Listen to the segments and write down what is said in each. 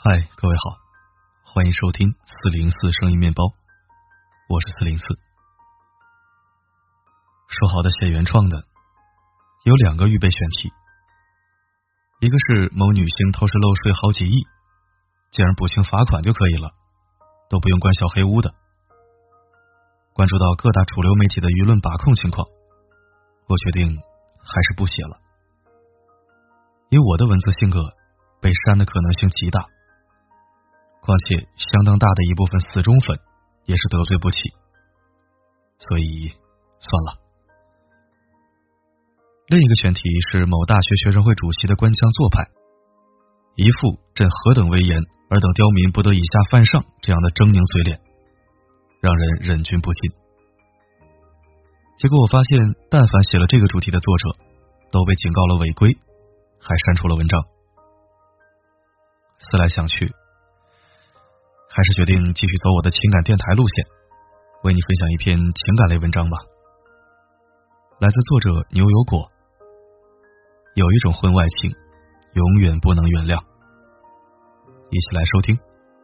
嗨，各位好，欢迎收听404声音面包，我是404。说好的写原创的，有2个预备选题，一个是某女星偷税漏税好几亿，竟然补清罚款就可以了，都不用关小黑屋的。关注到各大主流媒体的舆论把控情况，我决定还是不写了。以我的文字性格，被删的可能性极大。况且相当大的一部分死忠粉也是得罪不起，所以算了。另一个选题是某大学学生会主席的官腔做派，一副朕何等威严，尔等刁民不得以下犯上这样的狰狞嘴脸，让人忍俊不禁。结果我发现，但凡写了这个主题的作者都被警告了违规，还删除了文章。思来想去，还是决定继续走我的情感电台路线，为你分享一篇情感类文章吧。来自作者牛油果。有一种婚外情，永远不能原谅。一起来收听。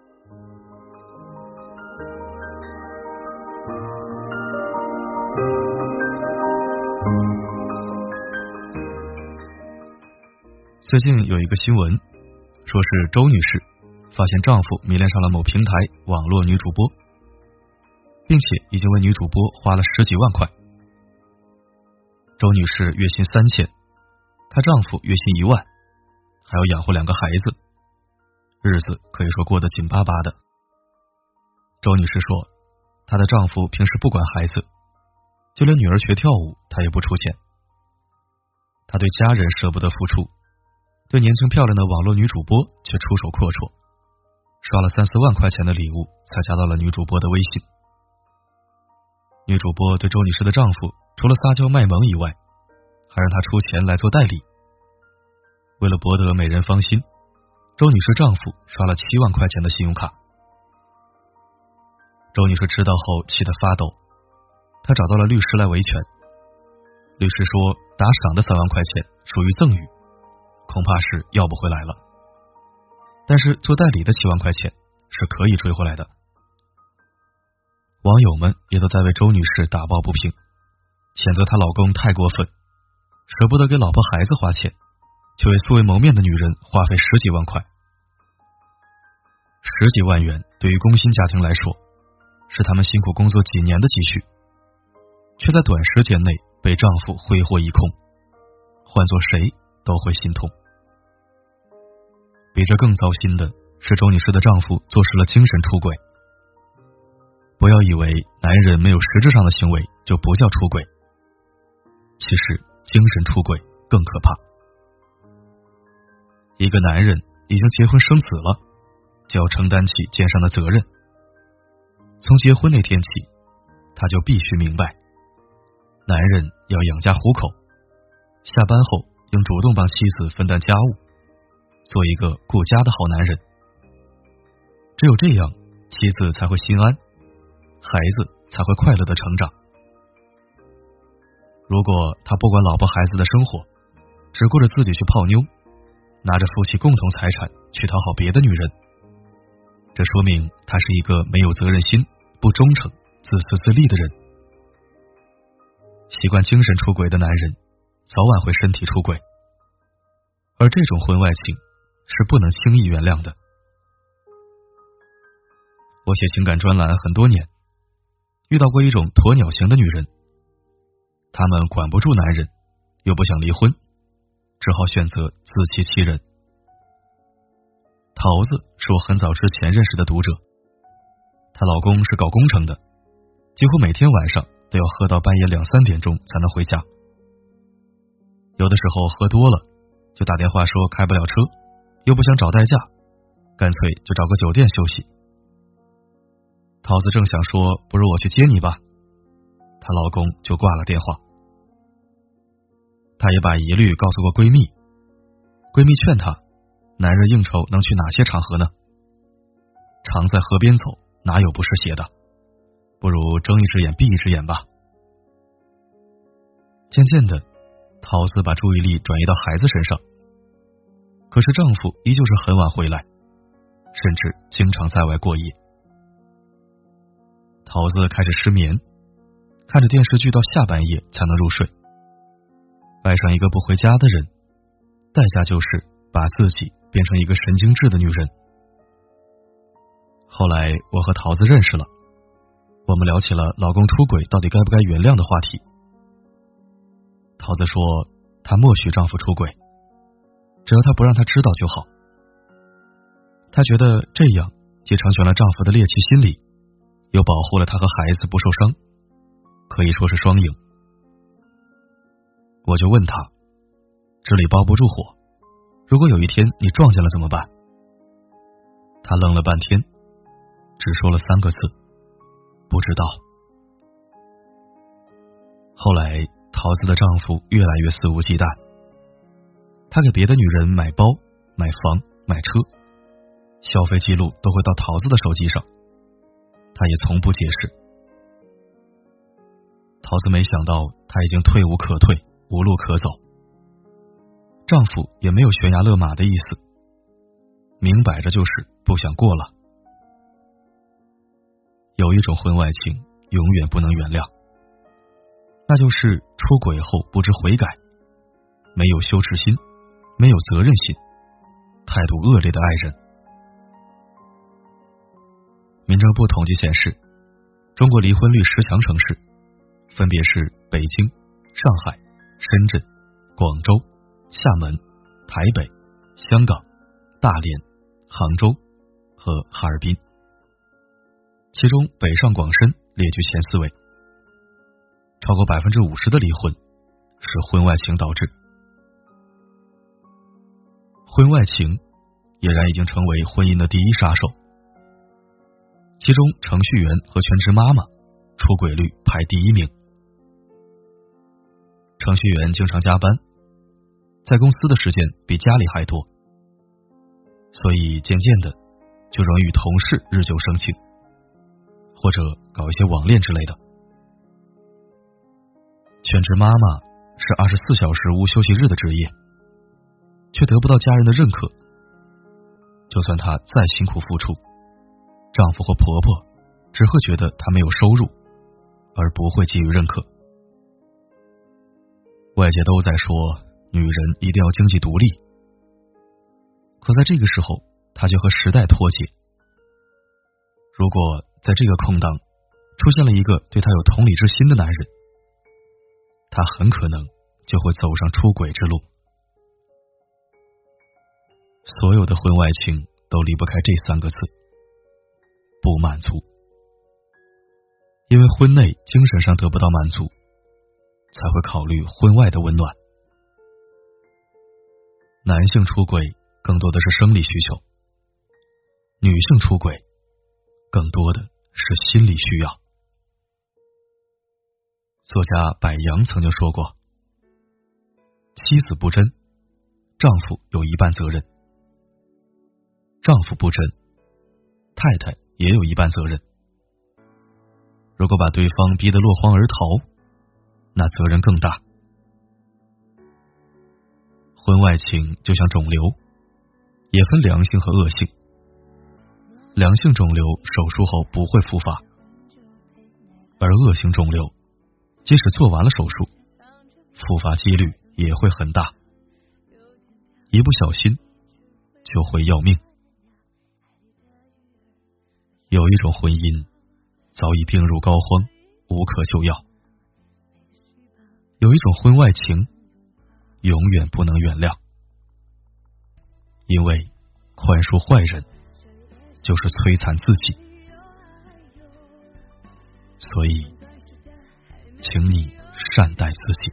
最近有一个新闻，说是周女士发现丈夫迷恋上了某平台网络女主播，并且已经为女主播花了10几万块。周女士月薪3000，她丈夫月薪1万，还要养活2个孩子，日子可以说过得紧巴巴的。周女士说，她的丈夫平时不管孩子，就连女儿学跳舞她也不出钱。她对家人舍不得付出，对年轻漂亮的网络女主播却出手阔绰，刷了3、4万块钱的礼物才加到了女主播的微信。女主播对周女士的丈夫除了撒娇卖萌以外，还让她出钱来做代理。为了博得美人芳心，周女士丈夫刷了7万块钱的信用卡。周女士知道后气得发抖，她找到了律师来维权。律师说，打赏的3万块钱属于赠与，恐怕是要不回来了，但是做代理的7万块钱是可以追回来的。网友们也都在为周女士打抱不平，谴责她老公太过分，舍不得给老婆孩子花钱，却为素未谋面的女人花费10几万块。10几万元对于工薪家庭来说，是他们辛苦工作几年的积蓄，却在短时间内被丈夫挥霍一空，换做谁都会心痛。比这更糟心的是，周女士的丈夫坐实了精神出轨。不要以为男人没有实质上的行为就不叫出轨，其实精神出轨更可怕。一个男人已经结婚生子了，就要承担起肩上的责任。从结婚那天起，他就必须明白，男人要养家糊口，下班后应主动帮妻子分担家务，做一个顾家的好男人。只有这样，妻子才会心安，孩子才会快乐的成长。如果他不管老婆孩子的生活，只顾着自己去泡妞，拿着夫妻共同财产去讨好别的女人，这说明他是一个没有责任心、不忠诚、自私自利的人。习惯精神出轨的男人，早晚会身体出轨，而这种婚外情是不能轻易原谅的。我写情感专栏很多年，遇到过一种鸵鸟型的女人，她们管不住男人，又不想离婚，只好选择自欺欺人。桃子是我很早之前认识的读者，她老公是搞工程的，几乎每天晚上都要喝到半夜2、3点钟才能回家。有的时候喝多了，就打电话说开不了车，又不想找代驾，干脆就找个酒店休息。桃子正想说不如我去接你吧，她老公就挂了电话。她也把疑虑告诉过闺蜜，闺蜜劝她，男人应酬能去哪些场合呢？常在河边走，哪有不湿鞋的？不如睁一只眼闭一只眼吧。渐渐的，桃子把注意力转移到孩子身上，可是丈夫依旧是很晚回来， 甚至经常在外过夜。桃子开始失眠，看着电视剧到下半夜才能入睡。爱上一个不回家的人，代价就是把自己变成一个神经质的女人。后来我和桃子认识了，我们聊起了老公出轨到底该不该原谅的话题。桃子说她默许丈夫出轨，只要他不让她知道就好。她觉得这样既成全了丈夫的猎奇心理，又保护了她和孩子不受伤，可以说是双赢。我就问她，纸里包不住火，如果有一天你撞见了怎么办？她愣了半天，只说了3个字，不知道。后来桃子的丈夫越来越肆无忌惮，他给别的女人买包、买房、买车，消费记录都会到桃子的手机上，他也从不解释。桃子没想到他已经退无可退，无路可走，丈夫也没有悬崖勒马的意思，明摆着就是不想过了。有一种婚外情永远不能原谅，那就是出轨后不知悔改，没有羞耻心，没有责任心，态度恶劣的爱人。民政部统计显示，中国离婚率10强城市分别是北京、上海、深圳、广州、厦门、台北、香港、大连、杭州和哈尔滨，其中北上广深列居前4位。超过50%的离婚是婚外情导致。婚外情俨然已经成为婚姻的第一杀手，其中程序员和全职妈妈出轨率排第1名。程序员经常加班，在公司的时间比家里还多，所以渐渐的就容易与同事日久生情，或者搞一些网恋之类的。全职妈妈是24小时无休息日的职业，却得不到家人的认可。就算她再辛苦付出，丈夫或婆婆只会觉得她没有收入，而不会给予认可。外界都在说女人一定要经济独立，可在这个时候她却和时代脱节。如果在这个空档出现了一个对她有同理之心的男人，她很可能就会走上出轨之路。所有的婚外情都离不开这3个字：不满足。因为婚内精神上得不到满足，才会考虑婚外的温暖。男性出轨更多的是生理需求，女性出轨更多的是心理需要。作家柏杨曾经说过，妻子不贞，丈夫有一半责任；丈夫不贞，太太也有一半责任。如果把对方逼得落荒而逃，那责任更大。婚外情就像肿瘤，也分良性和恶性。良性肿瘤手术后不会复发，而恶性肿瘤即使做完了手术，复发几率也会很大，一不小心就会要命。有一种婚姻早已病入膏肓，无可救药；有一种婚外情永远不能原谅，因为宽恕坏人就是摧残自己。所以请你善待自己。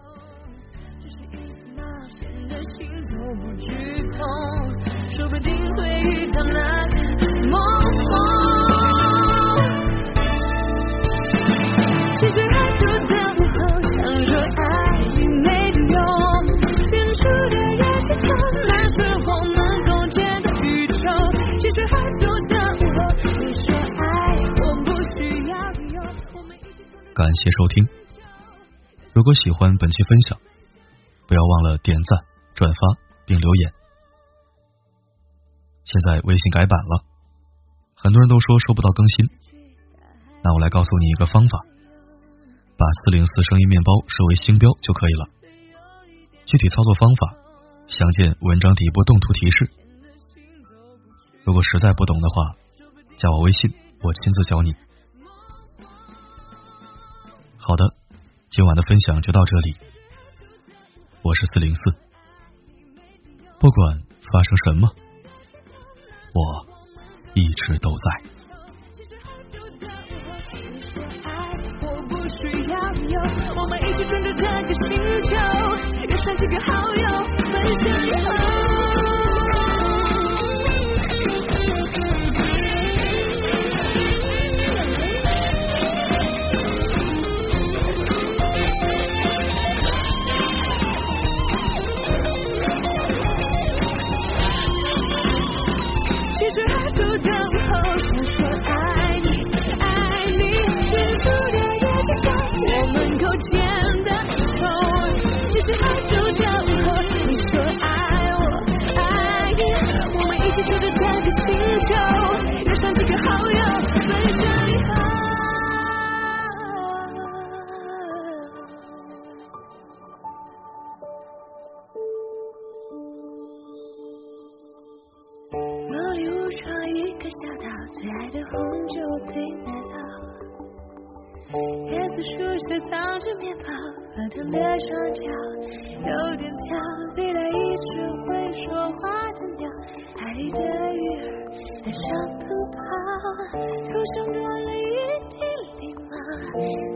说不定会遇到那梦其实还不等候，想说爱已没用，远处的夜气充满是我们共建的宇宙。其实还不等候，你说爱我不需要理由。感谢收听，如果喜欢本期分享，不要忘了点赞、转发并留言。 现在微信改版了，很多人都说收不到更新。那我来告诉你一个方法，把404声音面包设为星标就可以了。具体操作方法详见文章底部动图提示。如果实在不懂的话，加我微信，我亲自教你。好的，今晚的分享就到这里。我是404，不管发生什么，我一直都在。 我们一起拯救这个星球，约上几个好友，分享以后。其实还就等候，想说爱你，爱你，迅速的夜景下，我们够甜的痛。其实还就等候，你说爱我，爱你，我们一起守着这个星球，约上几个好友，分享以后。茉莉无窗一个小岛，最爱的红酒我最买到。椰子树下藏着面包，河滩的双脚有点飘，飞来一只会说话的鸟，海里的鱼儿在上奔跑，头上多了一滴礼貌，